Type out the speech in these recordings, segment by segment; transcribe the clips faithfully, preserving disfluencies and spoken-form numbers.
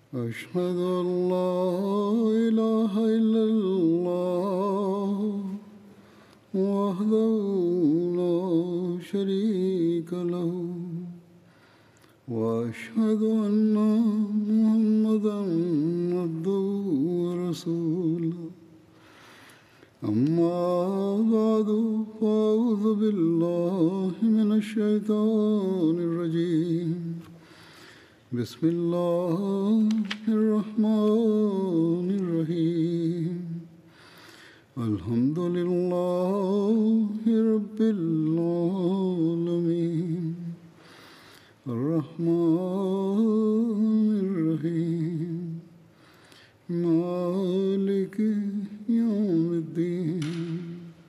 أشهد أن لا إله إلا الله وحده لا شريك له وأشهد أن محمدا عبده ورسوله أما بعد فأعوذ بالله من الشيطان الرجيم بسم الله الرحمن الرحيم الحمد لله رب العالمين الرحمن الرحيم مالك يوم الدين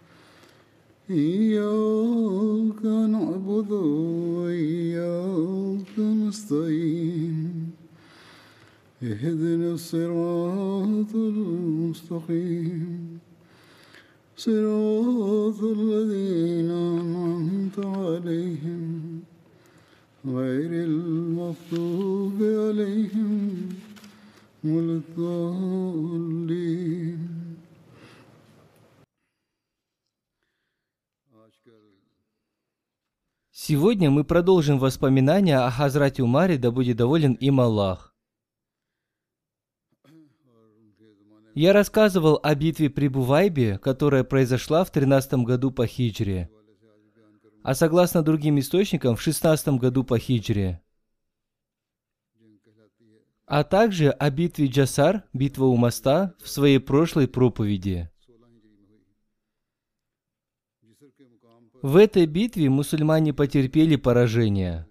إياك نعبد وإياك نستعين اهدنا الصراط المستقيم صراط الذين أنعمت عليهم غير المغضوب عليهم ولا الضالين. Сегодня мы продолжим воспоминания о Хазрате Умаре, да будет доволен им Аллах. Я рассказывал о битве при Бувайбе, которая произошла в тринадцатом году по хиджре, а согласно другим источникам в шестнадцатом году по хиджре, а также о битве Джасар, битва у моста, в своей прошлой проповеди. В этой битве мусульмане потерпели поражение.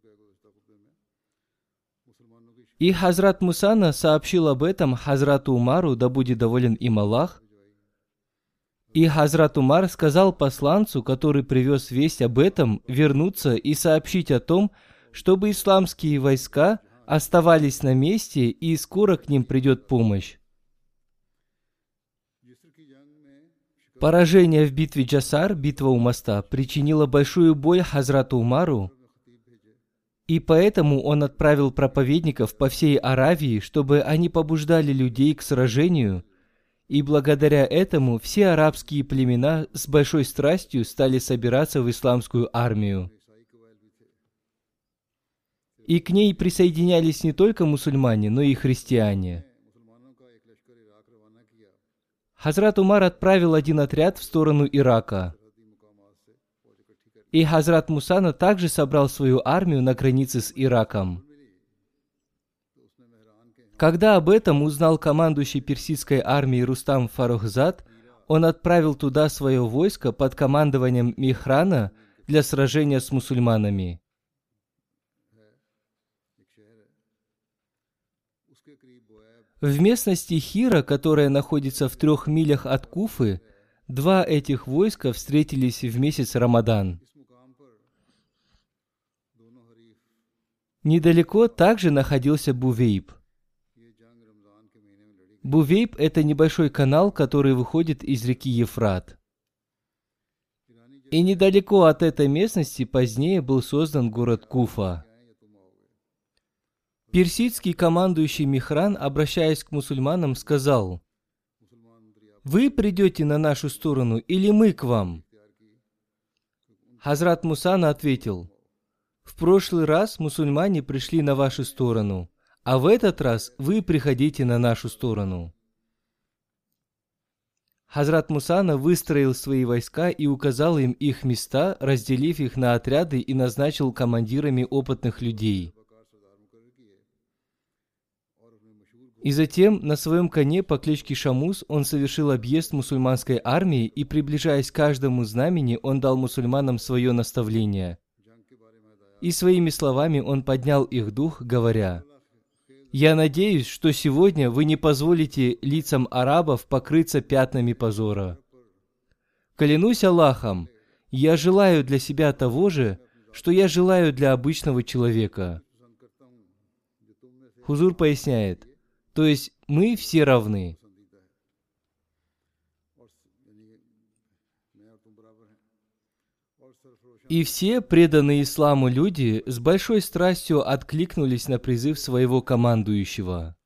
И Хазрат Мусана сообщил об этом Хазрату Умару, да будет доволен им Аллах. И Хазрат Умар сказал посланцу, который привез весть об этом, вернуться и сообщить о том, чтобы исламские войска оставались на месте, и скоро к ним придет помощь. Поражение в битве Джасар, битва у моста, причинило большую боль Хазрату Умару, и поэтому он отправил проповедников по всей Аравии, чтобы они побуждали людей к сражению, и благодаря этому все арабские племена с большой страстью стали собираться в исламскую армию. И к ней присоединялись не только мусульмане, но и христиане. Хазрат Умар отправил один отряд в сторону Ирака. И Хазрат Мусана также собрал свою армию на границе с Ираком. Когда об этом узнал командующий персидской армией Рустам Фаррухзад, он отправил туда свое войско под командованием Михрана для сражения с мусульманами. В местности Хира, которая находится в трех милях от Куфы, два этих войска встретились в месяц Рамадан. Недалеко также находился Бувейб. Бувейб – это небольшой канал, который выходит из реки Ефрат. И недалеко от этой местности позднее был создан город Куфа. Персидский командующий Михран, обращаясь к мусульманам, сказал: «Вы придете на нашу сторону или мы к вам?» Хазрат Мусана ответил: «В прошлый раз мусульмане пришли на вашу сторону, а в этот раз вы приходите на нашу сторону». Хазрат Мусана выстроил свои войска и указал им их места, разделив их на отряды и назначил командирами опытных людей. И затем на своем коне по кличке Шамус он совершил объезд мусульманской армии, и, приближаясь к каждому знамени, он дал мусульманам свое наставление. И своими словами он поднял их дух, говоря: «Я надеюсь, что сегодня вы не позволите лицам арабов покрыться пятнами позора. Клянусь Аллахом, я желаю для себя того же, что я желаю для обычного человека». Хузур поясняет: то есть мы все равны. И все преданные исламу люди с большой страстью откликнулись на призыв своего командующего.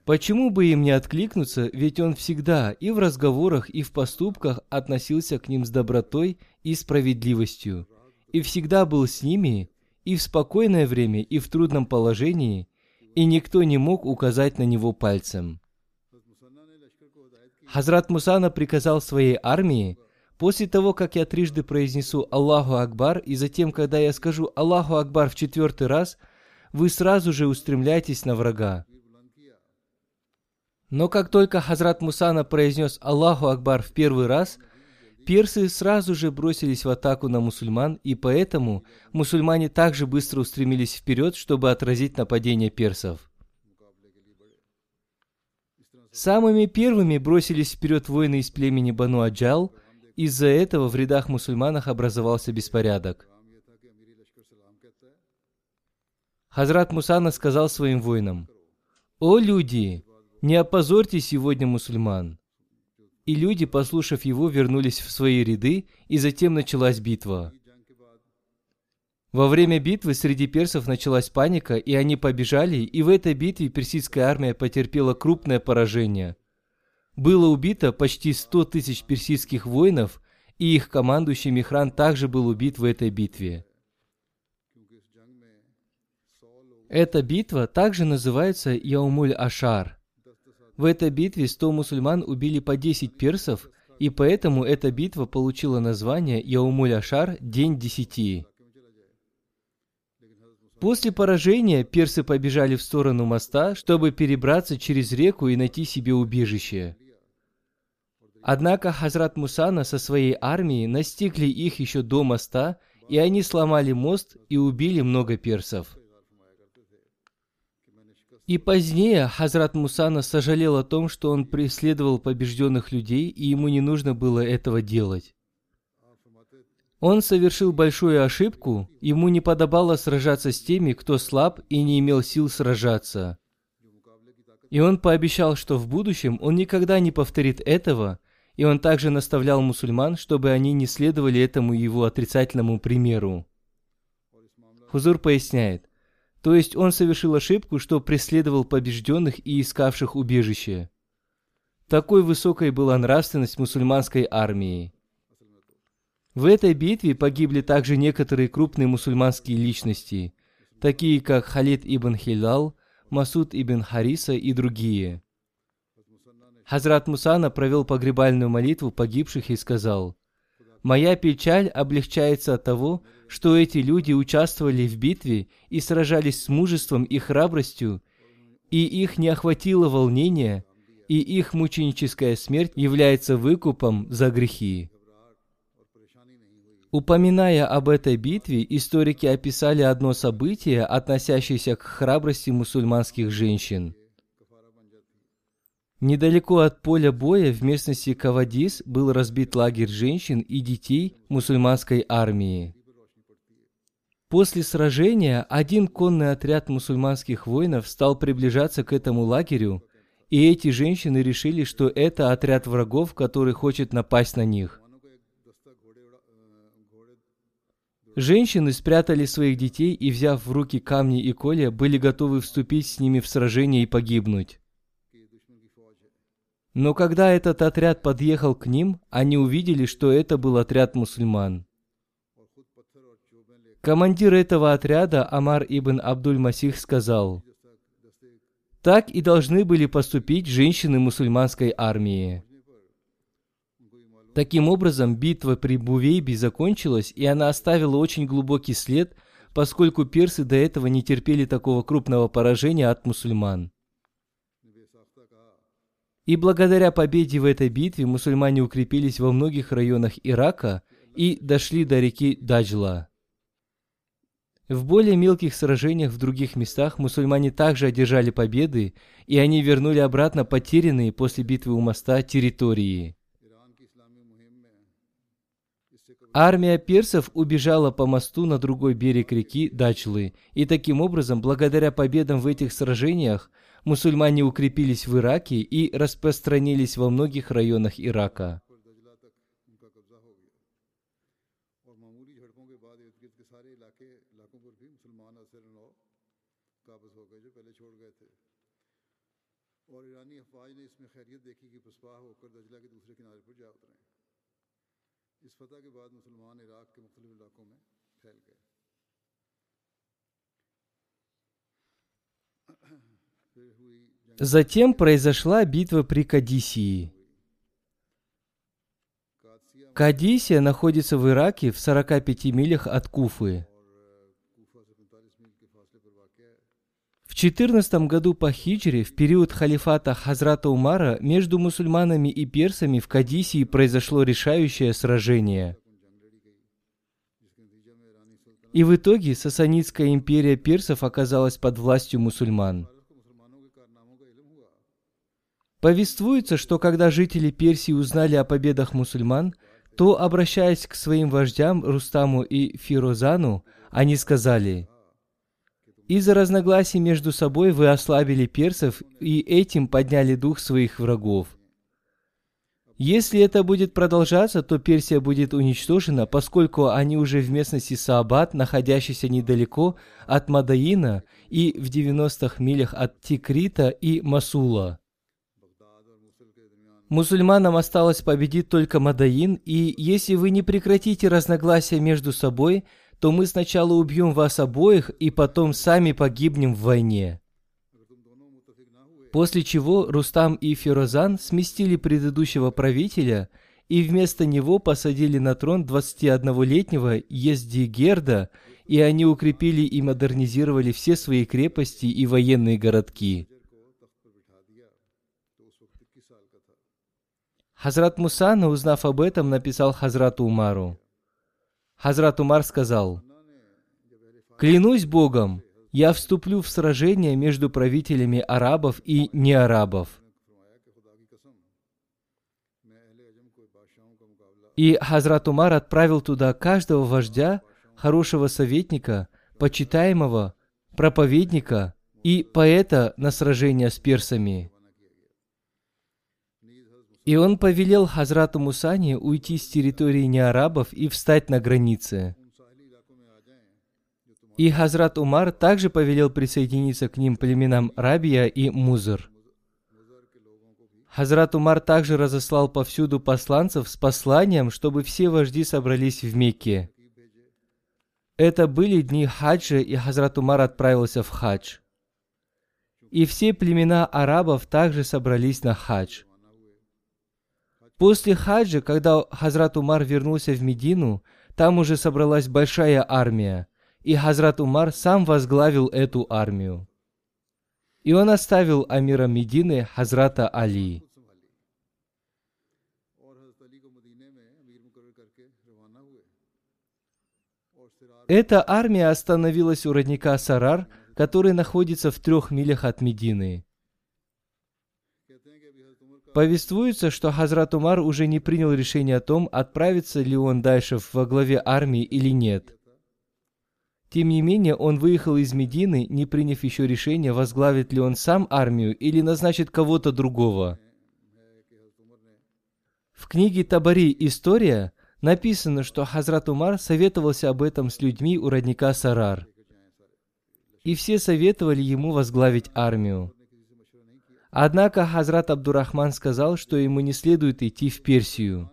Почему бы им не откликнуться, ведь он всегда и в разговорах, и в поступках относился к ним с добротой и справедливостью, и всегда был с ними и в спокойное время, и в трудном положении, и никто не мог указать на него пальцем. Хазрат Мусана приказал своей армии: после того, как я трижды произнесу Аллаху Акбар, и затем, когда я скажу Аллаху Акбар в четвертый раз, вы сразу же устремляйтесь на врага. Но как только Хазрат Мусана произнес Аллаху Акбар в первый раз, персы сразу же бросились в атаку на мусульман, и поэтому мусульмане также быстро устремились вперед, чтобы отразить нападение персов. Самыми первыми бросились вперед воины из племени Бану Аджал. Из-за этого в рядах мусульманах образовался беспорядок. Хазрат Мусана сказал своим воинам: «О люди, не опозорьте сегодня мусульман». И люди, послушав его, вернулись в свои ряды, и затем началась битва. Во время битвы среди персов началась паника, и они побежали, и в этой битве персидская армия потерпела крупное поражение. Было убито почти сто тысяч персидских воинов, и их командующий Михран также был убит в этой битве. Эта битва также называется Яумуль-Ашар. В этой битве сто мусульман убили по десять персов, и поэтому эта битва получила название Яумуль-Ашар – День десяти. После поражения персы побежали в сторону моста, чтобы перебраться через реку и найти себе убежище. Однако Хазрат Мусана со своей армией настигли их еще до моста, и они сломали мост и убили много персов. И позднее Хазрат Мусана сожалел о том, что он преследовал побежденных людей, и ему не нужно было этого делать. Он совершил большую ошибку, ему не подобало сражаться с теми, кто слаб и не имел сил сражаться. И он пообещал, что в будущем он никогда не повторит этого, и он также наставлял мусульман, чтобы они не следовали этому его отрицательному примеру. Хузур поясняет: то есть он совершил ошибку, что преследовал побежденных и искавших убежище. Такой высокой была нравственность мусульманской армии. В этой битве погибли также некоторые крупные мусульманские личности, такие как Халид ибн Хилал, Масуд ибн Хариса и другие. Хазрат Мусана провел погребальную молитву погибших и сказал: «Моя печаль облегчается от того, что эти люди участвовали в битве и сражались с мужеством и храбростью, и их не охватило волнение, и их мученическая смерть является выкупом за грехи». Упоминая об этой битве, историки описали одно событие, относящееся к храбрости мусульманских женщин. Недалеко от поля боя в местности Кавадис был разбит лагерь женщин и детей мусульманской армии. После сражения один конный отряд мусульманских воинов стал приближаться к этому лагерю, и эти женщины решили, что это отряд врагов, который хочет напасть на них. Женщины спрятали своих детей и, взяв в руки камни и колья, были готовы вступить с ними в сражение и погибнуть. Но когда этот отряд подъехал к ним, они увидели, что это был отряд мусульман. Командир этого отряда, Амар ибн Абдуль-Масих, сказал: «Так и должны были поступить женщины мусульманской армии». Таким образом, битва при Бувейбе закончилась, и она оставила очень глубокий след, поскольку персы до этого не терпели такого крупного поражения от мусульман. И благодаря победе в этой битве мусульмане укрепились во многих районах Ирака и дошли до реки Даджла. В более мелких сражениях в других местах мусульмане также одержали победы, и они вернули обратно потерянные после битвы у моста территории. Армия персов убежала по мосту на другой берег реки Даджлы, и таким образом, благодаря победам в этих сражениях, мусульмане укрепились в Ираке и распространились во многих районах Ирака. Затем произошла битва при Кадисии. Кадисия находится в Ираке в сорока пяти милях от Куфы. В четырнадцатом году по хиджре, в период халифата Хазрата Умара, между мусульманами и персами в Кадисии произошло решающее сражение. И в итоге Сасанидская империя персов оказалась под властью мусульман. Повествуется, что когда жители Персии узнали о победах мусульман, то, обращаясь к своим вождям Рустаму и Фирозану, они сказали: «Из-за разногласий между собой вы ослабили персов и этим подняли дух своих врагов. Если это будет продолжаться, то Персия будет уничтожена, поскольку они уже в местности Саабад, находящейся недалеко от Мадаина и в девяноста милях от Тикрита и Масула. Мусульманам осталось победить только Мадаин, и если вы не прекратите разногласия между собой, то мы сначала убьем вас обоих и потом сами погибнем в войне». После чего Рустам и Фирозан сместили предыдущего правителя и вместо него посадили на трон двадцатиоднолетнего Ездигерда, и они укрепили и модернизировали все свои крепости и военные городки. Хазрат Мусана, узнав об этом, написал Хазрату Умару. Хазрат Умар сказал: «Клянусь Богом, я вступлю в сражение между правителями арабов и неарабов». И Хазрат Умар отправил туда каждого вождя, хорошего советника, почитаемого, проповедника и поэта на сражение с персами. И он повелел Хазрату Мусане уйти с территории неарабов и встать на границе. И Хазрат Умар также повелел присоединиться к ним племенам Рабия и Музр. Хазрат Умар также разослал повсюду посланцев с посланием, чтобы все вожди собрались в Мекке. Это были дни хаджа, и Хазрат Умар отправился в хадж. И все племена арабов также собрались на хадж. После хаджа, когда Хазрат Умар вернулся в Медину, там уже собралась большая армия, и Хазрат Умар сам возглавил эту армию. И он оставил амира Медины Хазрата Али. Эта армия остановилась у родника Сарар, который находится в трех милях от Медины. Повествуется, что Хазрат Умар уже не принял решение о том, отправится ли он дальше во главе армии или нет. Тем не менее, он выехал из Медины, не приняв еще решение, возглавит ли он сам армию или назначит кого-то другого. В книге Табари «История» написано, что Хазрат Умар советовался об этом с людьми у родника Сарар. И все советовали ему возглавить армию. Однако Хазрат Абдурахман сказал, что ему не следует идти в Персию.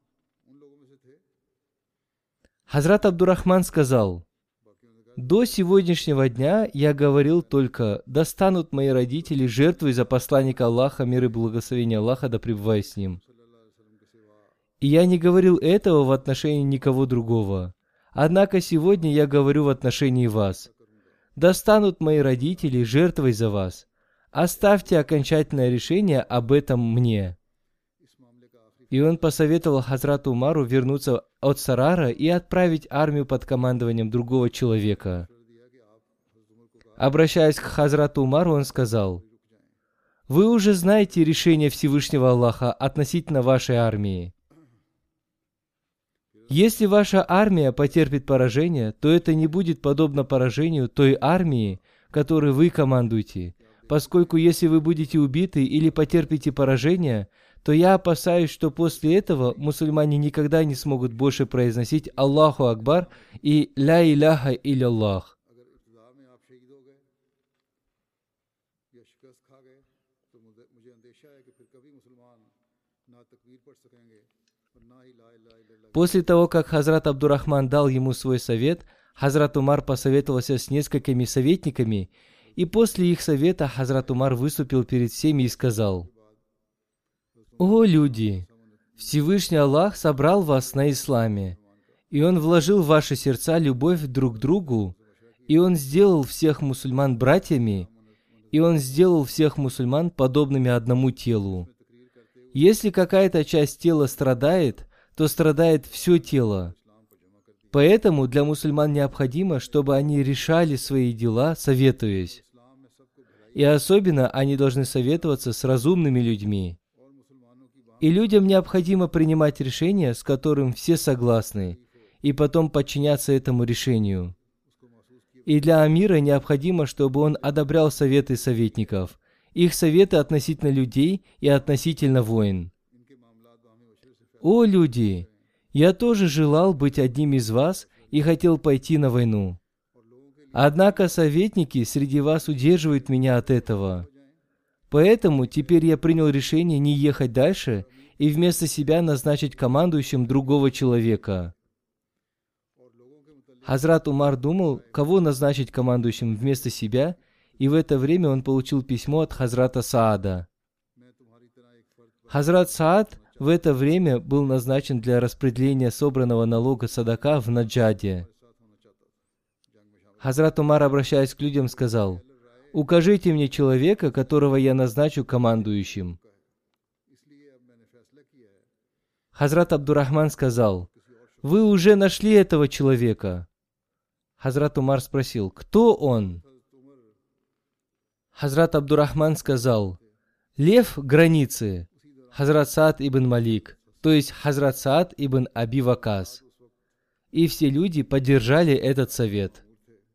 Хазрат Абдурахман сказал: «До сегодняшнего дня я говорил только: да станут мои родители жертвой за посланника Аллаха, мир и благословение Аллаха да пребывает с ним. И я не говорил этого в отношении никого другого. Однако сегодня я говорю в отношении вас: да станут мои родители жертвой за вас. Оставьте окончательное решение об этом мне». И он посоветовал Хазрату Умару вернуться от Сарара и отправить армию под командованием другого человека. Обращаясь к Хазрату Умару, он сказал: «Вы уже знаете решение Всевышнего Аллаха относительно вашей армии. Если ваша армия потерпит поражение, то это не будет подобно поражению той армии, которой вы командуете, поскольку если вы будете убиты или потерпите поражение, то я опасаюсь, что после этого мусульмане никогда не смогут больше произносить Аллаху Акбар и Ля Иляха Иляллах». После того, как Хазрат Абдурахман дал ему свой совет, Хазрат Умар посоветовался с несколькими советниками, и после их совета Хазрат Умар выступил перед всеми и сказал: «О люди! Всевышний Аллах собрал вас на исламе, и Он вложил в ваши сердца любовь друг к другу, и Он сделал всех мусульман братьями, и Он сделал всех мусульман подобными одному телу. Если какая-то часть тела страдает, то страдает все тело. Поэтому для мусульман необходимо, чтобы они решали свои дела, советуясь. И особенно они должны советоваться с разумными людьми. И людям необходимо принимать решение, с которым все согласны, и потом подчиняться этому решению. И для амира необходимо, чтобы он одобрял советы советников, их советы относительно людей и относительно войн. О люди! Я тоже желал быть одним из вас и хотел пойти на войну. Однако советники среди вас удерживают меня от этого. Поэтому теперь я принял решение не ехать дальше и вместо себя назначить командующим другого человека». Хазрат Умар думал, кого назначить командующим вместо себя, и в это время он получил письмо от Хазрата Саада. Хазрат Саад в это время был назначен для распределения собранного налога садака в Наджаде. Хазрат Умар, обращаясь к людям, сказал: «Укажите мне человека, которого я назначу командующим». Хазрат Абдурахман сказал: «Вы уже нашли этого человека». Хазрат Умар спросил: «Кто он?» Хазрат Абдурахман сказал: «Лев границы, Хазрат Саад ибн Малик, то есть Хазрат Саад ибн Аби Вакас». И все люди поддержали этот совет.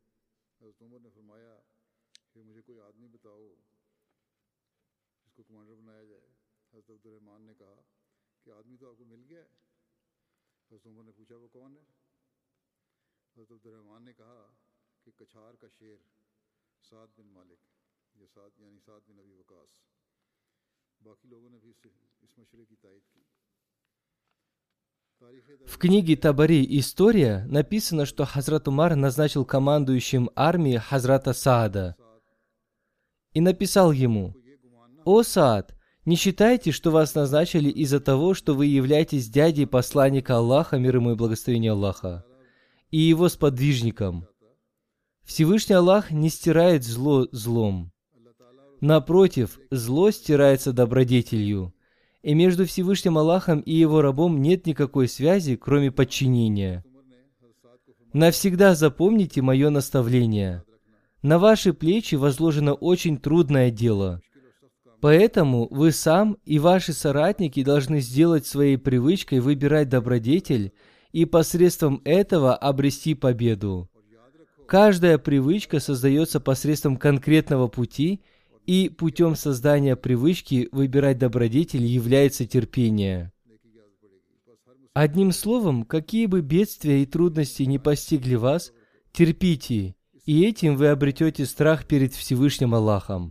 В книге Табари «История» написано, что Хазрат Умар назначил командующим армией Хазрата Саада и написал ему: «О Саад, не считайте, что вас назначили из-за того, что вы являетесь дядей посланника Аллаха, мир ему и благословение Аллаха, и его сподвижником. Всевышний Аллах не стирает зло злом. Напротив, зло стирается добродетелью, и между Всевышним Аллахом и его рабом нет никакой связи, кроме подчинения. Навсегда запомните мое наставление. На ваши плечи возложено очень трудное дело. Поэтому вы сам и ваши соратники должны сделать своей привычкой выбирать добродетель и посредством этого обрести победу. Каждая привычка создается посредством конкретного пути, и путем создания привычки выбирать добродетель является терпение. Одним словом, какие бы бедствия и трудности не постигли вас, терпите, и этим вы обретете страх перед Всевышним Аллахом».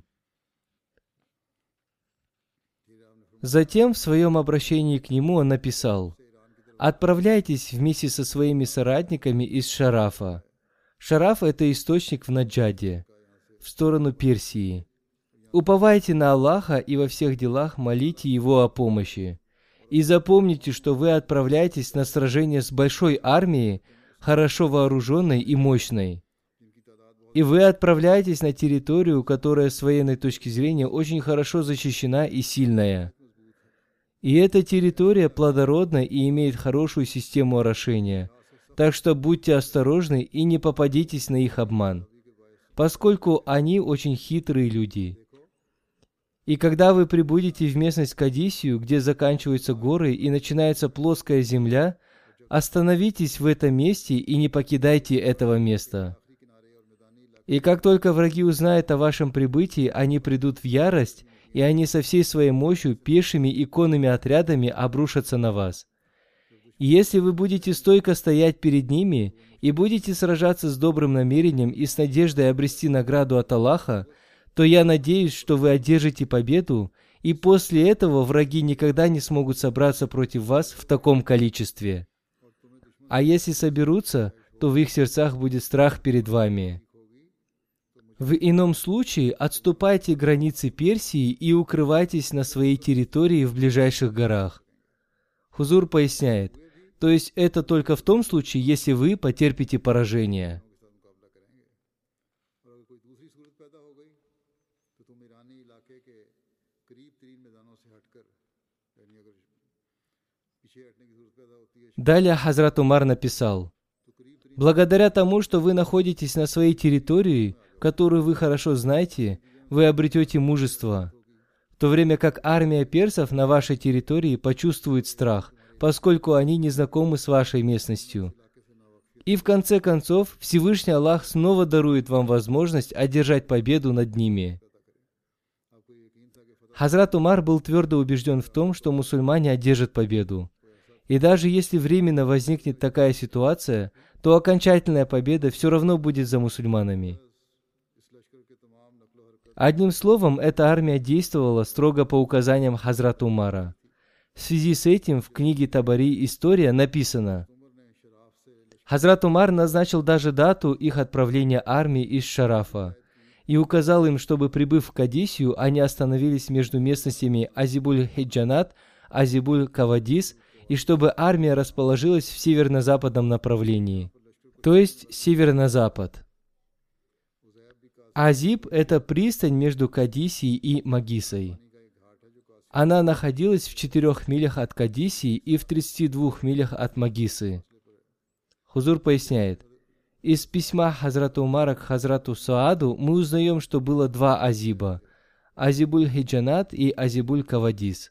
Затем в своем обращении к нему он написал: «Отправляйтесь вместе со своими соратниками из Шарафа». Шараф – это источник в Наджаде, в сторону Персии. Уповайте на Аллаха и во всех делах молите Его о помощи. И запомните, что вы отправляетесь на сражение с большой армией, хорошо вооруженной и мощной. И вы отправляетесь на территорию, которая с военной точки зрения очень хорошо защищена и сильная. И эта территория плодородна и имеет хорошую систему орошения. Так что будьте осторожны и не попадитесь на их обман, поскольку они очень хитрые люди. И когда вы прибудете в местность Кадисию, где заканчиваются горы и начинается плоская земля, остановитесь в этом месте и не покидайте этого места. И как только враги узнают о вашем прибытии, они придут в ярость, и они со всей своей мощью, пешими и конными отрядами обрушатся на вас. И если вы будете стойко стоять перед ними и будете сражаться с добрым намерением и с надеждой обрести награду от Аллаха, то я надеюсь, что вы одержите победу, и после этого враги никогда не смогут собраться против вас в таком количестве. А если соберутся, то в их сердцах будет страх перед вами. В ином случае отступайте к границе Персии и укрывайтесь на своей территории в ближайших горах. Хузур поясняет, то есть это только в том случае, если вы потерпите поражение. Далее Хазрат Умар написал, «Благодаря тому, что вы находитесь на своей территории, которую вы хорошо знаете, вы обретете мужество, в то время как армия персов на вашей территории почувствует страх, поскольку они не знакомы с вашей местностью. И в конце концов, Всевышний Аллах снова дарует вам возможность одержать победу над ними». Хазрат Умар был твердо убежден в том, что мусульмане одержат победу. И даже если временно возникнет такая ситуация, то окончательная победа все равно будет за мусульманами. Одним словом, эта армия действовала строго по указаниям Хазрата Умара. В связи с этим в книге Табари «История» написано, Хазрат Умар назначил даже дату их отправления армии из Шарафа и указал им, чтобы, прибыв в Кадисию, они остановились между местностями Азибуль-Хиджанат, Азибуль-Кавадис, и чтобы армия расположилась в северно-западном направлении, то есть северо-запад. Азиб – это пристань между Кадисией и Магисой. Она находилась в четырех милях от Кадисии и в тридцати двух милях от Магисы. Хузур поясняет, из письма Хазрата Умара к Хазрату Сааду мы узнаем, что было два Азиба – Азибуль-Хиджанат и Азибуль-Кавадис.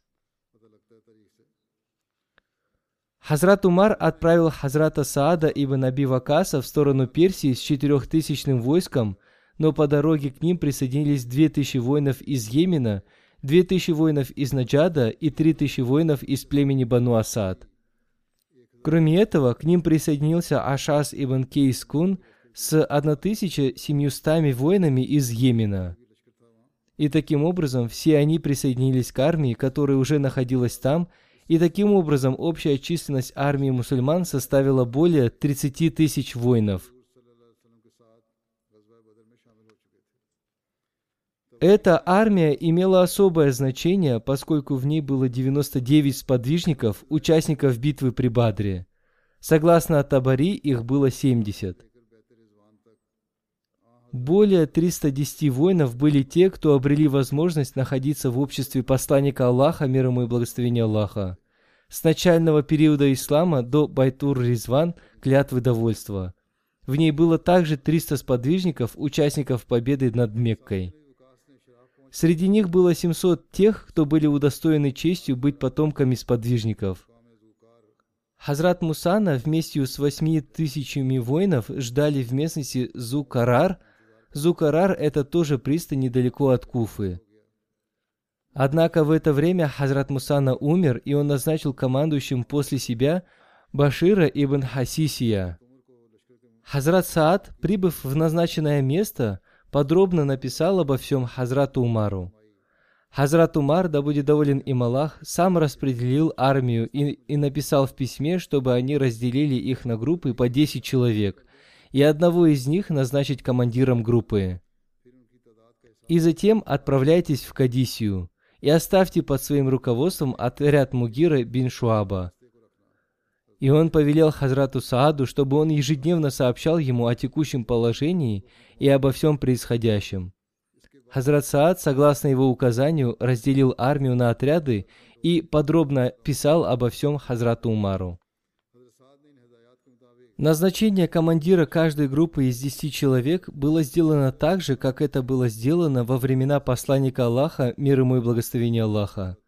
Хазрат Умар отправил Хазрата Саада ибн Аби Вакаса в сторону Персии с четырехтысячным войском, но по дороге к ним присоединились две тысячи воинов из Йемена, две тысячи воинов из Наджада и три тысячи воинов из племени Бану Асад. Кроме этого, к ним присоединился Ашас ибн Кейс-Кун с тысячей семьюстами воинами из Йемена. И таким образом все они присоединились к армии, которая уже находилась там, и таким образом общая численность армии мусульман составила более тридцати тысяч воинов. Эта армия имела особое значение, поскольку в ней было девяносто девять сподвижников, участников битвы при Бадре. Согласно Табари, их было семьдесят. Более трёхсот десяти воинов были те, кто обрели возможность находиться в обществе посланника Аллаха, мир ему и благословения Аллаха, с начального периода ислама до Байтур-Ризван, клятвы довольства. В ней было также триста сподвижников, участников победы над Меккой. Среди них было семьсот тех, кто были удостоены честью быть потомками сподвижников. Хазрат Мусана вместе с восьми тысячами воинов ждали в местности Зукарар. Зукарар – это тоже пристань недалеко от Куфы. Однако в это время Хазрат Мусана умер, и он назначил командующим после себя Башира ибн Хасисия. Хазрат Саад, прибыв в назначенное место, подробно написал обо всем Хазрату Умару. Хазрат Умар, да будет доволен им Аллах, сам распределил армию и, и написал в письме, чтобы они разделили их на группы по десять человек, и одного из них назначить командиром группы. И затем отправляйтесь в Кадисию и оставьте под своим руководством отряд Мугира бин Шуаба. И он повелел Хазрату Сааду, чтобы он ежедневно сообщал ему о текущем положении и обо всем происходящем. Хазрат Саад, согласно его указанию, разделил армию на отряды и подробно писал обо всем Хазрату Умару. Назначение командира каждой группы из десяти человек было сделано так же, как это было сделано во времена посланника Аллаха, мир ему и благословения Аллаха.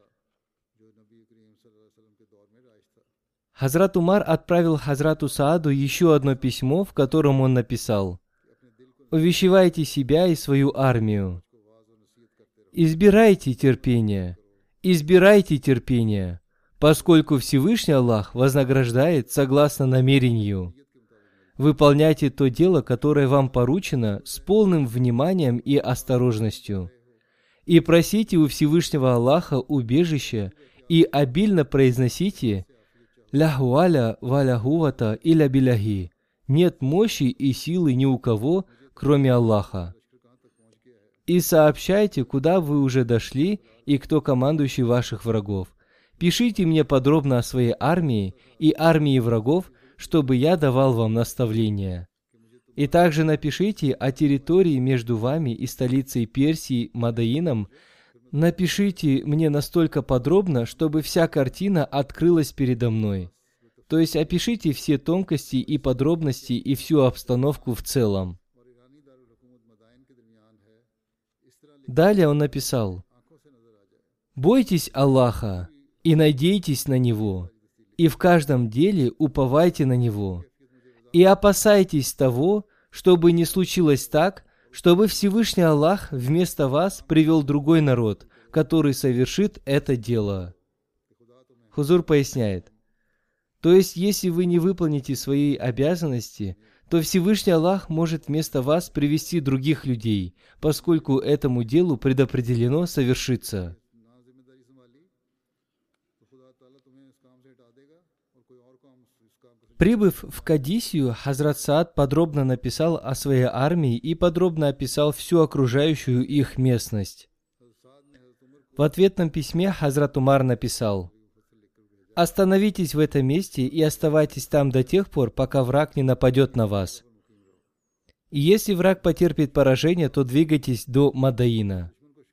Хазрат Умар отправил Хазрату Сааду еще одно письмо, в котором он написал: «Увещевайте себя и свою армию. Избирайте терпение, избирайте терпение, поскольку Всевышний Аллах вознаграждает согласно намерению. Выполняйте то дело, которое вам поручено, с полным вниманием и осторожностью. И просите у Всевышнего Аллаха убежища, и обильно произносите «Ля хуаля ва ля гувата илля билляхи». Нет мощи и силы ни у кого, кроме Аллаха. И сообщайте, куда вы уже дошли и кто командующий ваших врагов. Пишите мне подробно о своей армии и армии врагов, чтобы я давал вам наставления. И также напишите о территории между вами и столицей Персии Мадаином. Напишите мне настолько подробно, чтобы вся картина открылась передо мной. То есть опишите все тонкости и подробности и всю обстановку в целом. Далее он написал: «Бойтесь Аллаха и надейтесь на Него, и в каждом деле уповайте на Него, и опасайтесь того, чтобы не случилось так, чтобы Всевышний Аллах вместо вас привел другой народ, который совершит это дело». Хузур поясняет: то есть, если вы не выполните свои обязанности, то Всевышний Аллах может вместо вас привести других людей, поскольку этому делу предопределено совершиться. Прибыв в Кадисию, Хазрат Саад подробно написал о своей армии и подробно описал всю окружающую их местность. В ответном письме Хазрат Умар написал: «Остановитесь в этом месте и оставайтесь там до тех пор, пока враг не нападет на вас. И если враг потерпит поражение, то двигайтесь до Мадаина».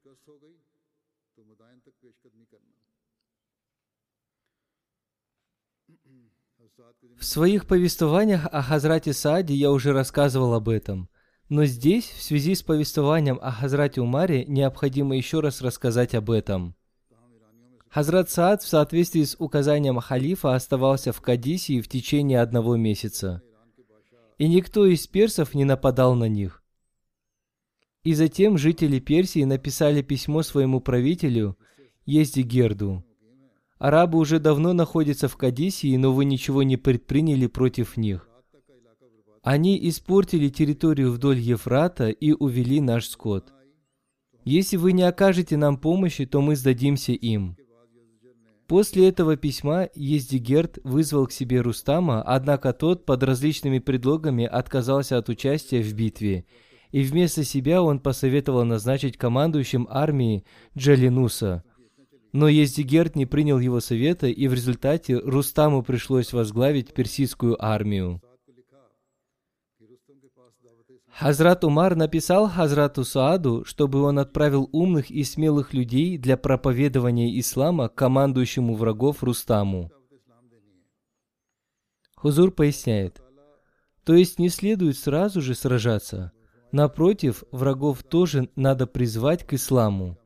В своих повествованиях о Хазрате Сааде я уже рассказывал об этом, но здесь, в связи с повествованием о Хазрате Умаре, необходимо еще раз рассказать об этом. Хазрат Саад в соответствии с указанием халифа оставался в Кадисии в течение одного месяца, и никто из персов не нападал на них. И затем жители Персии написали письмо своему правителю Ездигерду: «Арабы уже давно находятся в Кадисии, но вы ничего не предприняли против них. Они испортили территорию вдоль Ефрата и увели наш скот. Если вы не окажете нам помощи, то мы сдадимся им». После этого письма Ездигерд вызвал к себе Рустама, однако тот под различными предлогами отказался от участия в битве, и вместо себя он посоветовал назначить командующим армией Джалинуса. Но Ездигерд не принял его совета, и в результате Рустаму пришлось возглавить персидскую армию. Хазрат Умар написал Хазрату Сааду, чтобы он отправил умных и смелых людей для проповедования ислама командующему врагов Рустаму. Хузур поясняет: то есть не следует сразу же сражаться. Напротив, врагов тоже надо призвать к исламу.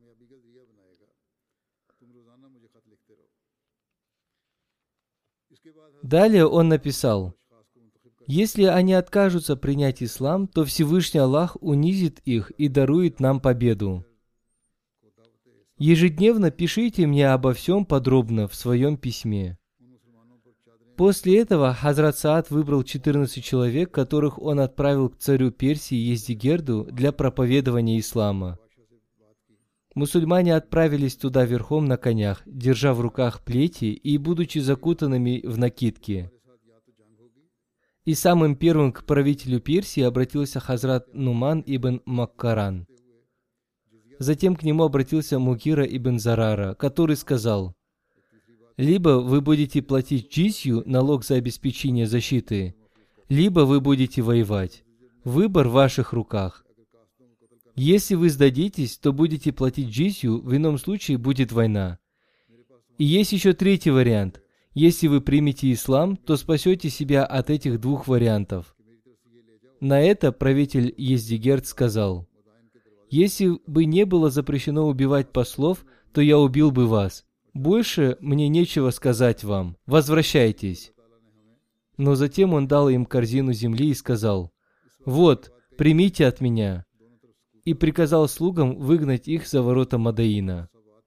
Далее он написал: если они откажутся принять ислам, то Всевышний Аллах унизит их и дарует нам победу. Ежедневно пишите мне обо всем подробно в своем письме. После этого Хазрат Саад выбрал четырнадцать человек, которых он отправил к царю Персии Ездигерду для проповедования ислама. Мусульмане отправились туда верхом на конях, держа в руках плети и будучи закутанными в накидки. И самым первым к правителю Персии обратился Хазрат Нуман ибн Маккаран. Затем к нему обратился Мугира ибн Зарара, который сказал: «Либо вы будете платить джизью, налог за обеспечение защиты, либо вы будете воевать. Выбор в ваших руках. Если вы сдадитесь, то будете платить джизью, в ином случае будет война. И есть еще третий вариант. Если вы примете ислам, то спасете себя от этих двух вариантов». На это правитель Ездигерд сказал: «Если бы не было запрещено убивать послов, то я убил бы вас. Больше мне нечего сказать вам. Возвращайтесь». Но затем он дал им корзину земли и сказал: «Вот, примите от меня», и приказал слугам выгнать их за ворота Мадаина.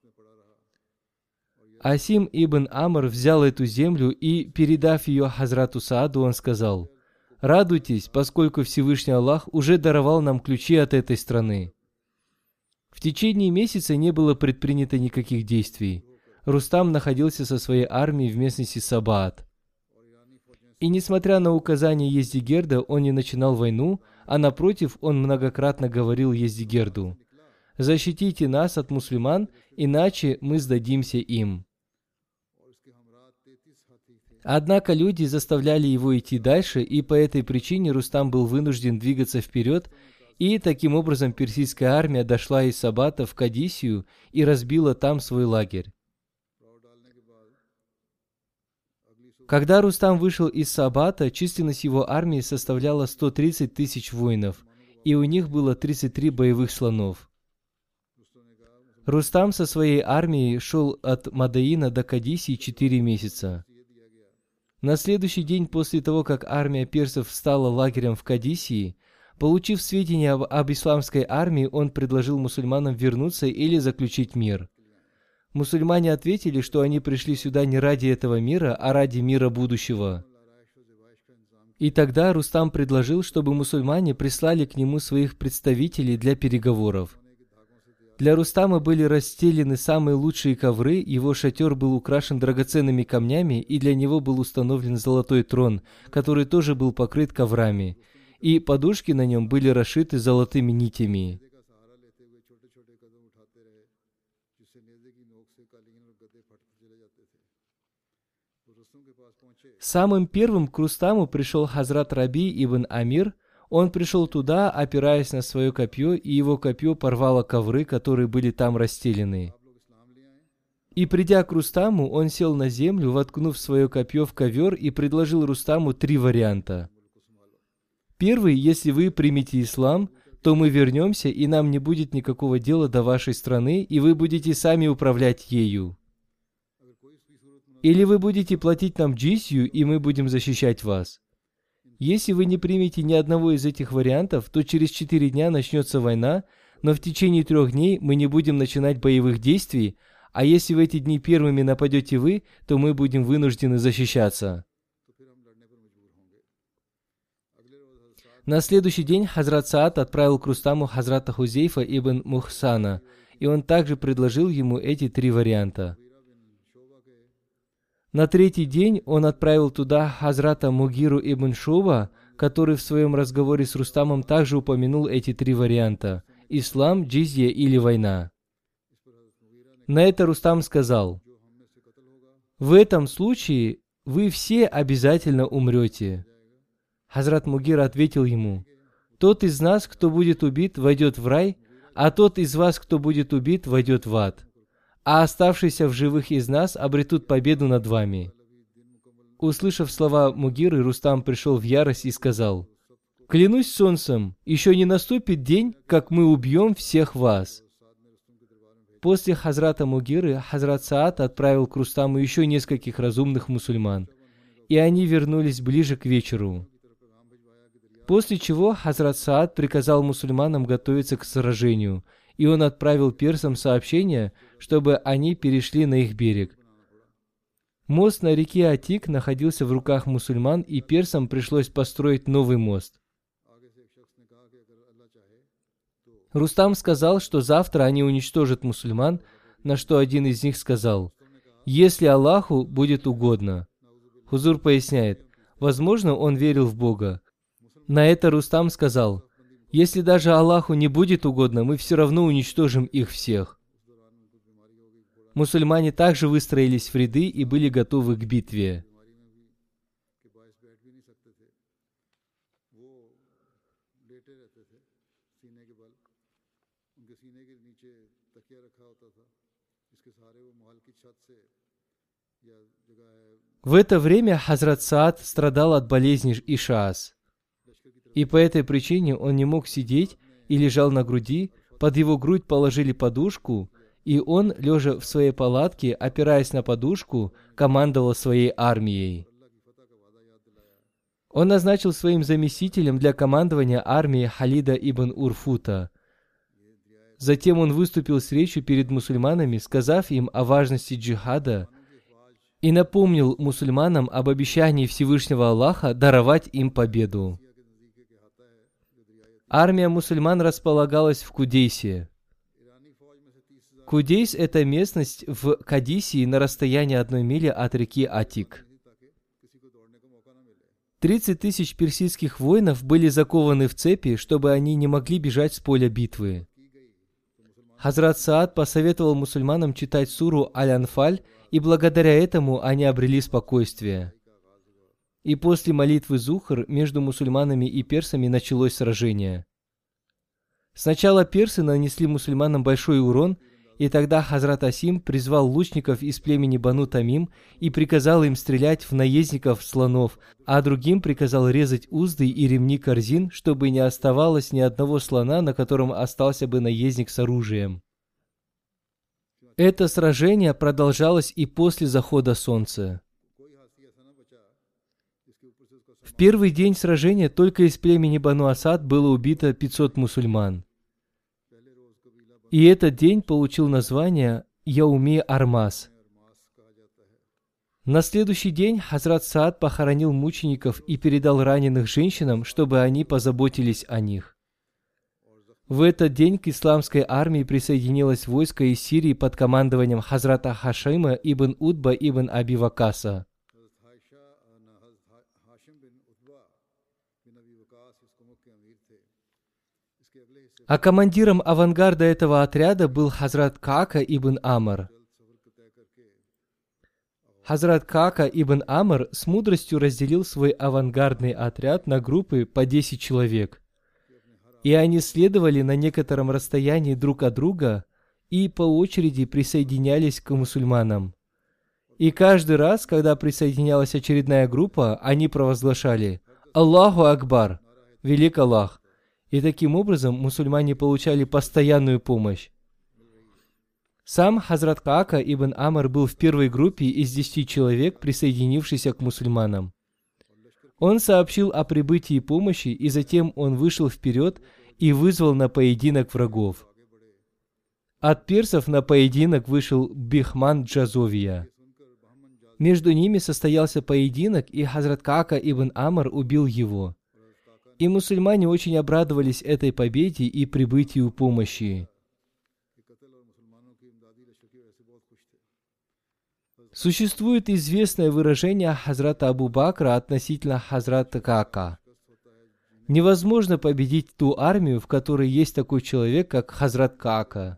Асим ибн Амр взял эту землю и, передав ее Хазрату Сааду, он сказал: Радуйтесь, поскольку Всевышний Аллах уже даровал нам ключи от этой страны. В течение месяца не было предпринято никаких действий. Рустам находился со своей армией в местности Сабаат. И несмотря на указания Ездигерда, он не начинал войну, а напротив, он многократно говорил Ездигерду: «Защитите нас от мусульман, иначе мы сдадимся им». Однако люди заставляли его идти дальше, и по этой причине Рустам был вынужден двигаться вперед, и таким образом персидская армия дошла из Сабата в Кадисию и разбила там свой лагерь. Когда Рустам вышел из Сабата, численность его армии составляла сто тридцать тысяч воинов, и у них было тридцать три боевых слонов. Рустам со своей армией шел от Мадаина до Кадисии четыре месяца. На следующий день после того, как армия персов стала лагерем в Кадисии, получив сведения об, об исламской армии, он предложил мусульманам вернуться или заключить мир. Мусульмане ответили, что они пришли сюда не ради этого мира, а ради мира будущего. И тогда Рустам предложил, чтобы мусульмане прислали к нему своих представителей для переговоров. Для Рустама были расстелены самые лучшие ковры, его шатер был украшен драгоценными камнями, и для него был установлен золотой трон, который тоже был покрыт коврами, и подушки на нем были расшиты золотыми нитями. Самым первым к Рустаму пришел Хазрат Раби ибн Амир. Он пришел туда, опираясь на свое копье, и его копье порвало ковры, которые были там расстелены. И придя к Рустаму, он сел на землю, воткнув свое копье в ковер, и предложил Рустаму три варианта. Первый: если вы примете ислам, то мы вернемся, и нам не будет никакого дела до вашей страны, и вы будете сами управлять ею. Или вы будете платить нам джизью, и мы будем защищать вас. Если вы не примете ни одного из этих вариантов, то через четыре дня начнется война, но в течение трех дней мы не будем начинать боевых действий, а если в эти дни первыми нападете вы, то мы будем вынуждены защищаться. На следующий день Хазрат Саад отправил к Рустаму Хазрата Хузейфа ибн Мухсана, и он также предложил ему эти три варианта. На третий день он отправил туда Хазрата Мугиру ибн Шуба, который в своем разговоре с Рустамом также упомянул эти три варианта – ислам, джизья или война. На это Рустам сказал: «В этом случае вы все обязательно умрете». Хазрат Мугир ответил ему: «Тот из нас, кто будет убит, войдет в рай, а тот из вас, кто будет убит, войдет в ад. А оставшиеся в живых из нас обретут победу над вами». Услышав слова Мугиры, Рустам пришел в ярость и сказал: «Клянусь солнцем, еще не наступит день, как мы убьем всех вас». После Хазрата Мугиры Хазрат Саад отправил к Рустаму еще нескольких разумных мусульман, и они вернулись ближе к вечеру. После чего Хазрат Саад приказал мусульманам готовиться к сражению, и он отправил персам сообщение, чтобы они перешли на их берег. Мост на реке Атик находился в руках мусульман, и персам пришлось построить новый мост. Рустам сказал, что завтра они уничтожат мусульман, на что один из них сказал: «Если Аллаху будет угодно». Хузур поясняет: возможно, он верил в Бога. На это Рустам сказал: «Если даже Аллаху не будет угодно, мы все равно уничтожим их всех». Мусульмане также выстроились в ряды и были готовы к битве. В это время Хазрат Саад страдал от болезни Ишаас. И по этой причине он не мог сидеть и лежал на груди, под его грудь положили подушку, и он, лежа в своей палатке, опираясь на подушку, командовал своей армией. Он назначил своим заместителем для командования армией Халида ибн Урфута. Затем он выступил с речью перед мусульманами, сказав им о важности джихада и напомнил мусульманам об обещании Всевышнего Аллаха даровать им победу. Армия мусульман располагалась в Кудейсе. Кудейс – это местность в Кадисии на расстоянии одной мили от реки Атик. тридцать тысяч персидских воинов были закованы в цепи, чтобы они не могли бежать с поля битвы. Хазрат Саад посоветовал мусульманам читать суру Аль-Анфаль, и благодаря этому они обрели спокойствие. И после молитвы Зухр между мусульманами и персами началось сражение. Сначала персы нанесли мусульманам большой урон, и тогда Хазрат Асим призвал лучников из племени Бану Тамим и приказал им стрелять в наездников слонов, а другим приказал резать узды и ремни корзин, чтобы не оставалось ни одного слона, на котором остался бы наездник с оружием. Это сражение продолжалось и после захода солнца. В первый день сражения только из племени Бану Асад было убито пятьсот мусульман. И этот день получил название Яуми Армас. На следующий день Хазрат Саад похоронил мучеников и передал раненых женщинам, чтобы они позаботились о них. В этот день к исламской армии присоединилось войско из Сирии под командованием Хазрата Хашима ибн Утба ибн Аби Вакаса. А командиром авангарда этого отряда был Хазрат Каака ибн Амр. Хазрат Каака ибн Амр с мудростью разделил свой авангардный отряд на группы по десять человек. И они следовали на некотором расстоянии друг от друга и по очереди присоединялись к мусульманам. И каждый раз, когда присоединялась очередная группа, они провозглашали «Аллаху Акбар! Велик Аллах!» И таким образом мусульмане получали постоянную помощь. Сам Хазрат Каака ибн Амр был в первой группе из десяти человек, присоединившихся к мусульманам. Он сообщил о прибытии помощи, и затем он вышел вперед и вызвал на поединок врагов. От персов на поединок вышел Бихман Джазовия. Между ними состоялся поединок, и Хазрат Каака ибн Амр убил его. И мусульмане очень обрадовались этой победе и прибытию помощи. Существует известное выражение Хазрата Абу Бакра относительно Хазрата Каака. Невозможно победить ту армию, в которой есть такой человек, как Хазрат Каака.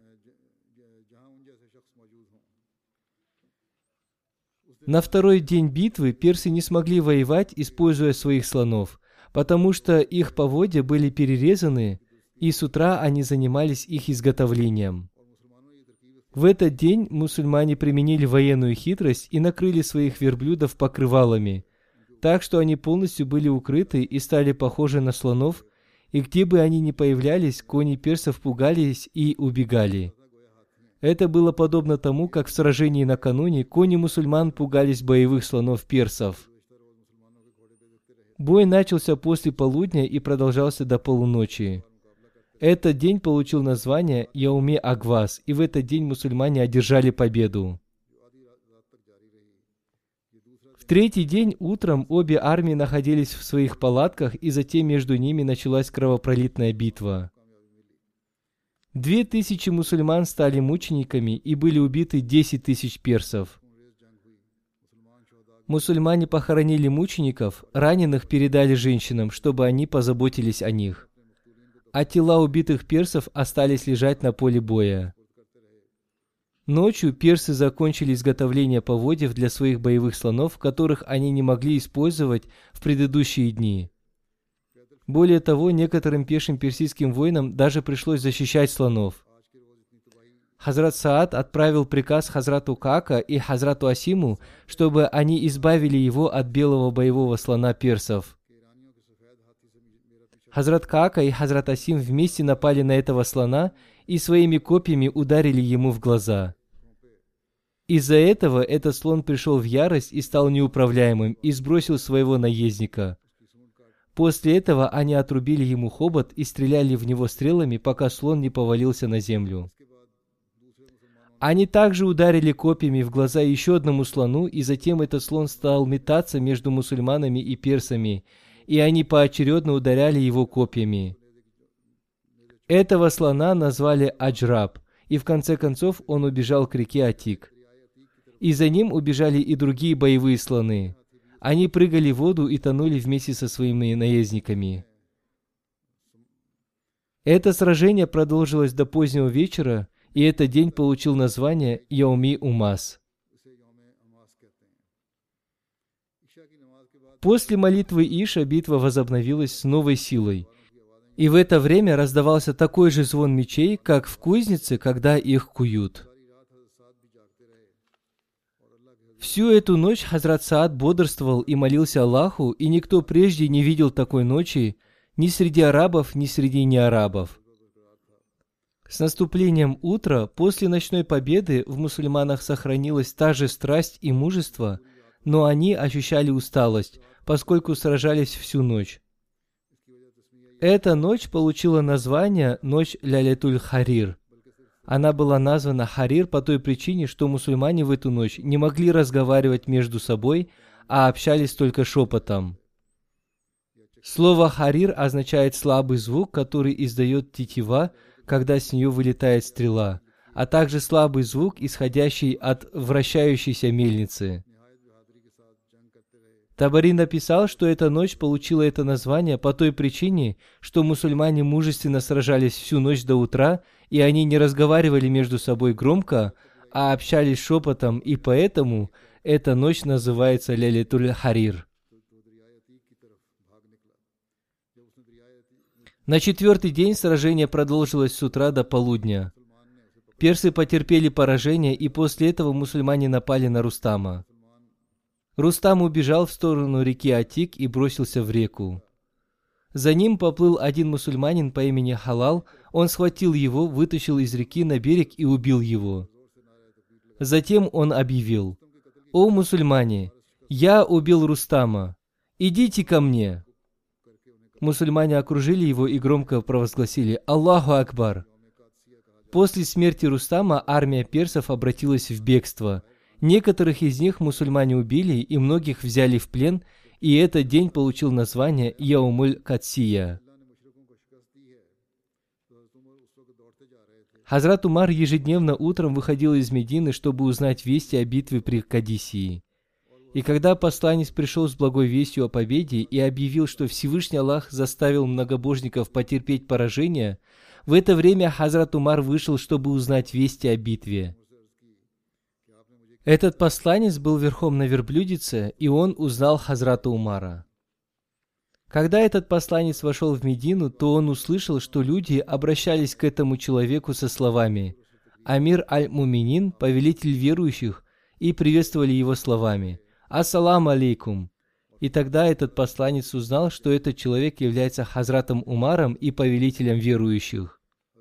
На второй день битвы персы не смогли воевать, используя своих слонов, потому что их поводья были перерезаны, и с утра они занимались их изготовлением. В этот день мусульмане применили военную хитрость и накрыли своих верблюдов покрывалами, так что они полностью были укрыты и стали похожи на слонов, и где бы они ни появлялись, кони персов пугались и убегали. Это было подобно тому, как в сражении накануне кони мусульман пугались боевых слонов персов. Бой начался после полудня и продолжался до полуночи. Этот день получил название Яуми Агвас, и в этот день мусульмане одержали победу. В третий день утром обе армии находились в своих палатках, и затем между ними началась кровопролитная битва. Две тысячи мусульман стали мучениками, и были убиты десять тысяч персов. Мусульмане похоронили мучеников, раненых передали женщинам, чтобы они позаботились о них. А тела убитых персов остались лежать на поле боя. Ночью персы закончили изготовление поводьев для своих боевых слонов, которых они не могли использовать в предыдущие дни. Более того, некоторым пешим персидским воинам даже пришлось защищать слонов. Хазрат Саад отправил приказ Хазрату Каака и Хазрату Асиму, чтобы они избавили его от белого боевого слона персов. Хазрат Каака и Хазрат Асим вместе напали на этого слона и своими копьями ударили ему в глаза. Из-за этого этот слон пришел в ярость и стал неуправляемым и сбросил своего наездника. После этого они отрубили ему хобот и стреляли в него стрелами, пока слон не повалился на землю. Они также ударили копьями в глаза еще одному слону, и затем этот слон стал метаться между мусульманами и персами, и они поочередно ударяли его копьями. Этого слона назвали Аджраб, и в конце концов он убежал к реке Атик. И за ним убежали и другие боевые слоны. Они прыгали в воду и тонули вместе со своими наездниками. Это сражение продолжилось до позднего вечера, и этот день получил название Яуми Умас. После молитвы Иша битва возобновилась с новой силой. И в это время раздавался такой же звон мечей, как в кузнице, когда их куют. Всю эту ночь Хазрат Саад бодрствовал и молился Аллаху, и никто прежде не видел такой ночи ни среди арабов, ни среди неарабов. С наступлением утра, после ночной победы, в мусульманах сохранилась та же страсть и мужество, но они ощущали усталость, поскольку сражались всю ночь. Эта ночь получила название «Ночь Лялятуль-Харир». Она была названа Харир по той причине, что мусульмане в эту ночь не могли разговаривать между собой, а общались только шепотом. Слово «Харир» означает слабый звук, который издает тетива, когда с нее вылетает стрела, а также слабый звук, исходящий от вращающейся мельницы. Табари написал, что эта ночь получила это название по той причине, что мусульмане мужественно сражались всю ночь до утра, и они не разговаривали между собой громко, а общались шепотом, и поэтому эта ночь называется Лялятуль-Харир. На четвертый день сражение продолжилось с утра до полудня. Персы потерпели поражение, и после этого мусульмане напали на Рустама. Рустам убежал в сторону реки Атик и бросился в реку. За ним поплыл один мусульманин по имени Халал, он схватил его, вытащил из реки на берег и убил его. Затем он объявил: «О мусульмане, я убил Рустама, идите ко мне». Мусульмане окружили его и громко провозгласили: «Аллаху Акбар». После смерти Рустама армия персов обратилась в бегство. Некоторых из них мусульмане убили и многих взяли в плен, и этот день получил название Яумуль-Кадсия. Хазрат Умар ежедневно утром выходил из Медины, чтобы узнать вести о битве при Кадисии. И когда посланец пришел с благой вестью о победе и объявил, что Всевышний Аллах заставил многобожников потерпеть поражение, в это время Хазрат Умар вышел, чтобы узнать вести о битве. Этот посланец был верхом на верблюдице, и он узнал Хазрата Умара. Когда этот посланец вошел в Медину, то он услышал, что люди обращались к этому человеку со словами «Амир аль-Муминин, повелитель верующих», и приветствовали его словами «Ассаламу алейкум». И тогда этот посланец узнал, что этот человек является Хазратом Умаром и повелителем верующих.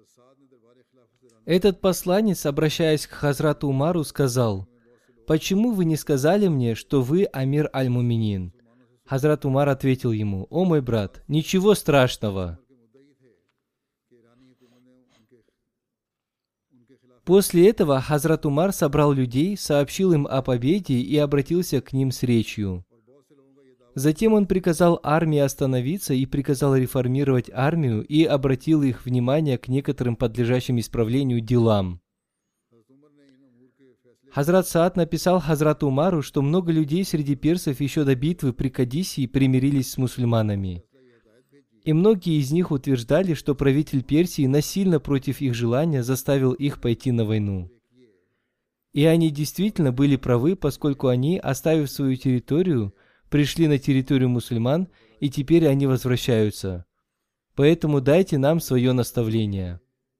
Этот посланец, обращаясь к Хазрату Умару, сказал: «Почему вы не сказали мне, что вы Амир аль-Муминин?» Хазрат Умар ответил ему: «О мой брат, ничего страшного». После этого Хазрат Умар собрал людей, сообщил им о победе и обратился к ним с речью. Затем он приказал армии остановиться и приказал реформировать армию и обратил их внимание к некоторым подлежащим исправлению делам. Хазрат Саад написал Хазрату Умару, что много людей среди персов еще до битвы при Кадисии примирились с мусульманами. И многие из них утверждали, что правитель Персии насильно против их желания заставил их пойти на войну. И они действительно были правы, поскольку они, оставив свою территорию, пришли на территорию мусульман, и теперь они возвращаются. Поэтому дайте нам свое наставление.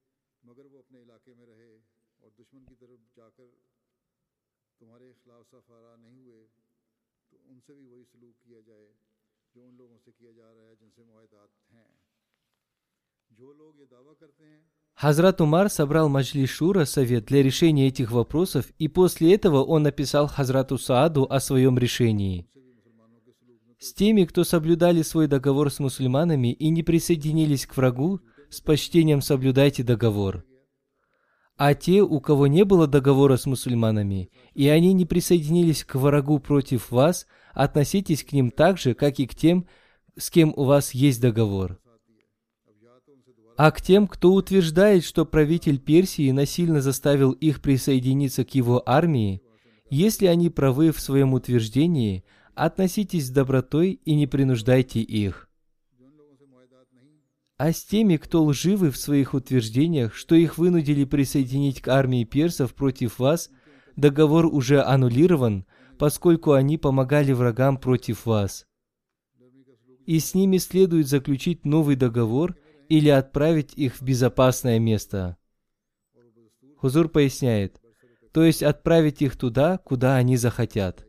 Хазрат Умар собрал Маджлис Шура, совет, для решения этих вопросов, и после этого он написал Хазрату Сааду о своем решении. С теми, кто соблюдали свой договор с мусульманами и не присоединились к врагу, с почтением соблюдайте договор. А те, у кого не было договора с мусульманами, и они не присоединились к врагу против вас, относитесь к ним так же, как и к тем, с кем у вас есть договор. А к тем, кто утверждает, что правитель Персии насильно заставил их присоединиться к его армии, если они правы в своем утверждении, относитесь с добротой и не принуждайте их. А с теми, кто лживы в своих утверждениях, что их вынудили присоединить к армии персов против вас, договор уже аннулирован, поскольку они помогали врагам против вас. И с ними следует заключить новый договор или отправить их в безопасное место. Хузур поясняет, то есть отправить их туда, куда они захотят.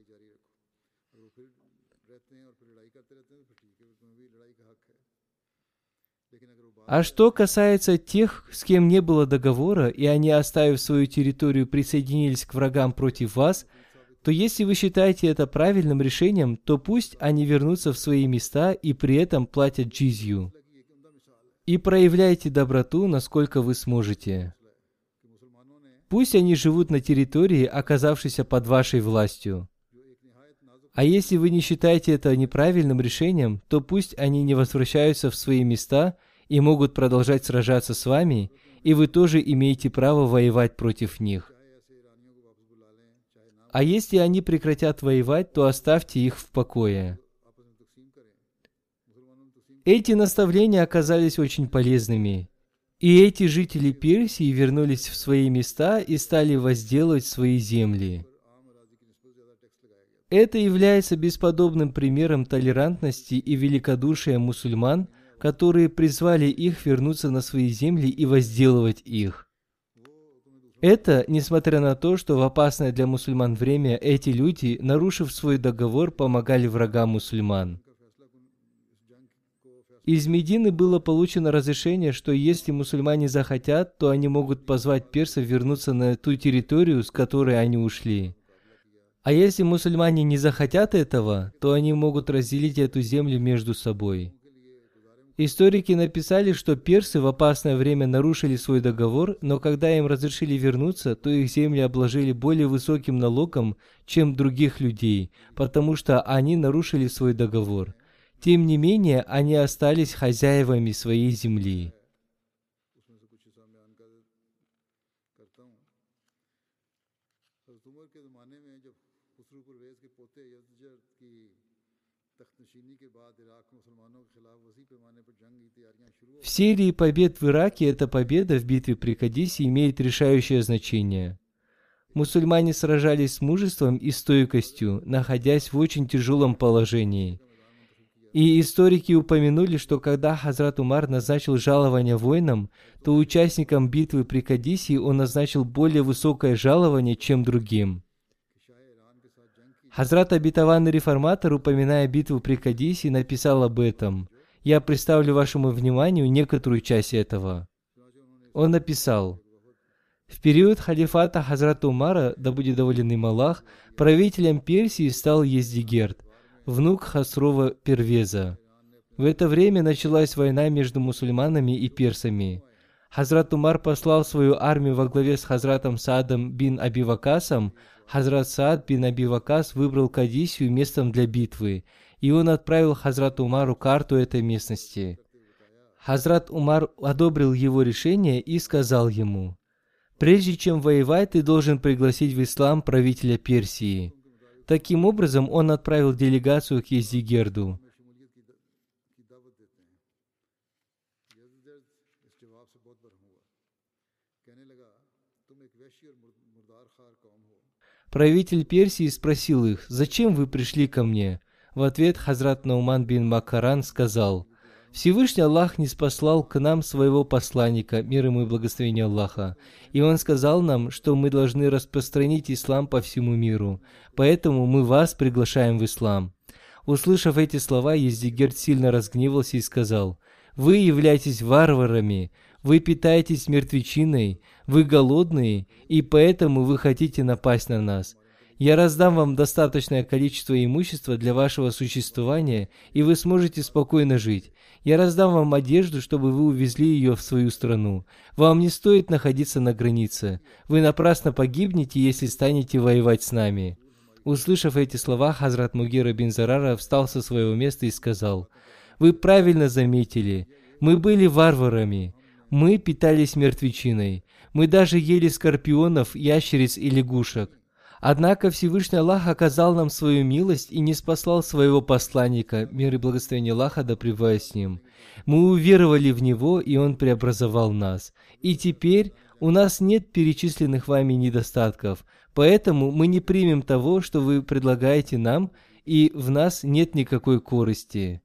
А что касается тех, с кем не было договора, и они, оставив свою территорию, присоединились к врагам против вас, то если вы считаете это правильным решением, то пусть они вернутся в свои места и при этом платят джизью. И проявляйте доброту, насколько вы сможете. Пусть они живут на территории, оказавшейся под вашей властью. А если вы не считаете это неправильным решением, то пусть они не возвращаются в свои места и могут продолжать сражаться с вами, и вы тоже имеете право воевать против них. А если они прекратят воевать, то оставьте их в покое. Эти наставления оказались очень полезными, и эти жители Персии вернулись в свои места и стали возделывать свои земли. Это является бесподобным примером толерантности и великодушия мусульман, которые призвали их вернуться на свои земли и возделывать их. Это, несмотря на то, что в опасное для мусульман время эти люди, нарушив свой договор, помогали врагам мусульман. Из Медины было получено разрешение, что если мусульмане захотят, то они могут позвать персов вернуться на ту территорию, с которой они ушли. А если мусульмане не захотят этого, то они могут разделить эту землю между собой. Историки написали, что персы в опасное время нарушили свой договор, но когда им разрешили вернуться, то их земли обложили более высоким налогом, чем других людей, потому что они нарушили свой договор. Тем не менее, они остались хозяевами своей земли. В серии побед в Ираке эта победа в битве при Кадисе имеет решающее значение. Мусульмане сражались с мужеством и стойкостью, находясь в очень тяжелом положении. И историки упомянули, что когда Хазрат Умар назначил жалование воинам, то участникам битвы при Кадисе он назначил более высокое жалование, чем другим. Хазрат обетованный реформатор, упоминая битву при Кадисе, написал об этом. Я представлю вашему вниманию некоторую часть этого. Он написал: в период халифата Хазрата Умара, да будет доволен им Аллах, правителем Персии стал Ездигерд, внук Хасрова Первеза. В это время началась война между мусульманами и персами. Хазрат Умар послал свою армию во главе с Хазратом Саадом бин Аби Вакасом. Хазрат Саад бин Аби Вакас выбрал Кадисию местом для битвы, и он отправил Хазрату Умару карту этой местности. Хазрат Умар одобрил его решение и сказал ему: «Прежде чем воевать, ты должен пригласить в ислам правителя Персии». Таким образом, он отправил делегацию к Ездигерду. Правитель Персии спросил их: «Зачем вы пришли ко мне?» В ответ Хазрат Науман бин Макаран сказал: «Всевышний Аллах ниспослал к нам своего посланника, мир ему и благословение Аллаха, и он сказал нам, что мы должны распространить ислам по всему миру, поэтому мы вас приглашаем в ислам». Услышав эти слова, Ездигерд сильно разгневался и сказал: «Вы являетесь варварами, вы питаетесь мертвечиной, вы голодные, и поэтому вы хотите напасть на нас. Я раздам вам достаточное количество имущества для вашего существования, и вы сможете спокойно жить. Я раздам вам одежду, чтобы вы увезли ее в свою страну. Вам не стоит находиться на границе. Вы напрасно погибнете, если станете воевать с нами». Услышав эти слова, Хазрат Мугира бин Зарара встал со своего места и сказал: «Вы правильно заметили. Мы были варварами. Мы питались мертвечиной. Мы даже ели скорпионов, ящериц и лягушек. Однако Всевышний Аллах оказал нам свою милость и не спаслал своего посланника, мир и благословение Аллаха да пребывает с ним. Мы уверовали в Него, и Он преобразовал нас. И теперь у нас нет перечисленных вами недостатков, поэтому мы не примем того, что вы предлагаете нам, и в нас нет никакой корысти».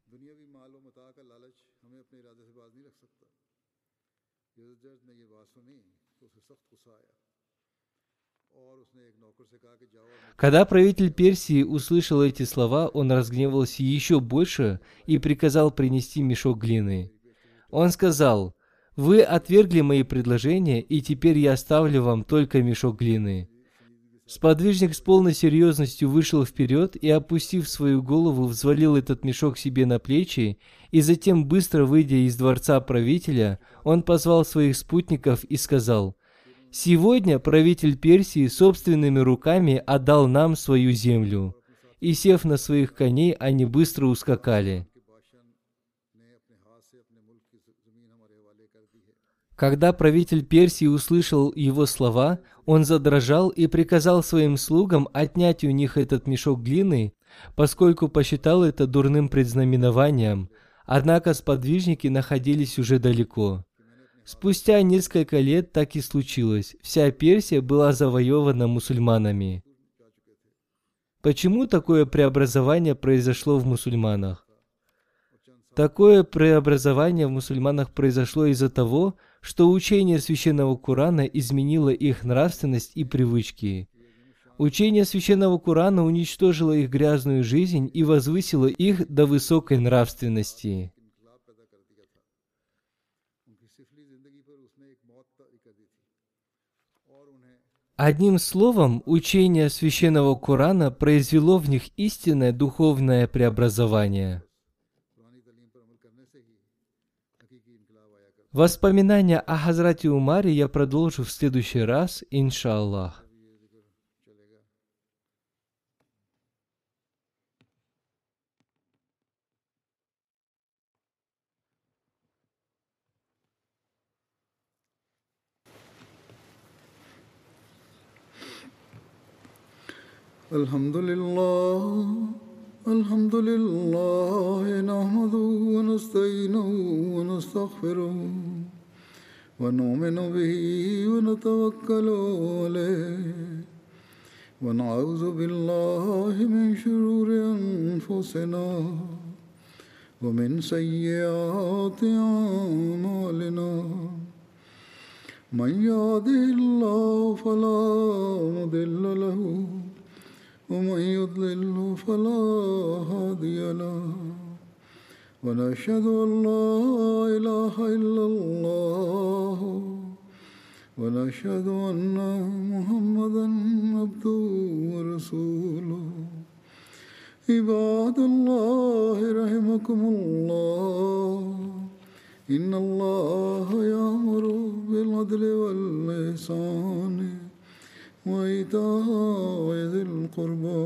Когда правитель Персии услышал эти слова, он разгневался еще больше и приказал принести мешок глины. Он сказал: «Вы отвергли мои предложения, и теперь я оставлю вам только мешок глины». Сподвижник с полной серьезностью вышел вперед и, опустив свою голову, взвалил этот мешок себе на плечи, и затем, быстро выйдя из дворца правителя, он позвал своих спутников и сказал: «Сегодня правитель Персии собственными руками отдал нам свою землю». И, сев на своих коней, они быстро ускакали. Когда правитель Персии услышал его слова, он задрожал и приказал своим слугам отнять у них этот мешок глины, поскольку посчитал это дурным предзнаменованием. Однако сподвижники находились уже далеко. Спустя несколько лет так и случилось. Вся Персия была завоевана мусульманами. Почему такое преобразование произошло в мусульманах? Такое преобразование в мусульманах произошло из-за того, что учение Священного Корана изменило их нравственность и привычки. Учение Священного Корана уничтожило их грязную жизнь и возвысило их до высокой нравственности. Одним словом, учение Священного Корана произвело в них истинное духовное преобразование. Воспоминания о Хазрате Умаре я продолжу в следующий раз, иншаллах. Alhamdulillah, alhamdulillah, nahmaduhu wa nasta'inuhu wa nastaghfiruh, wa nu'minu bihi wa natawakkalu alayh, wa na'udhu billahi min shururi anfusina, wa min sayyiati a'malina. Man yahdihillahu fala mudilla lahu, ومن يضلل فلا هادي له ونشهد أن لا إله إلا الله ونشهد أن محمدا عبده ورسوله عباد الله رحمكم الله إن الله يأمر بالعدل والإحسان وإيتاء ذي القربى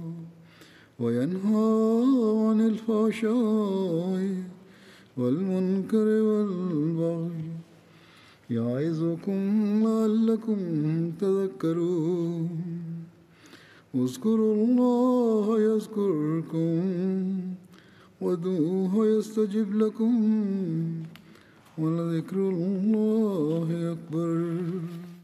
وينهى عن الفحشاء والمنكر والبغي يعظكم لعلكم تذكرون اذكروا الله يذكركم وادعوه يستجب لكم ولذكر الله أكبر.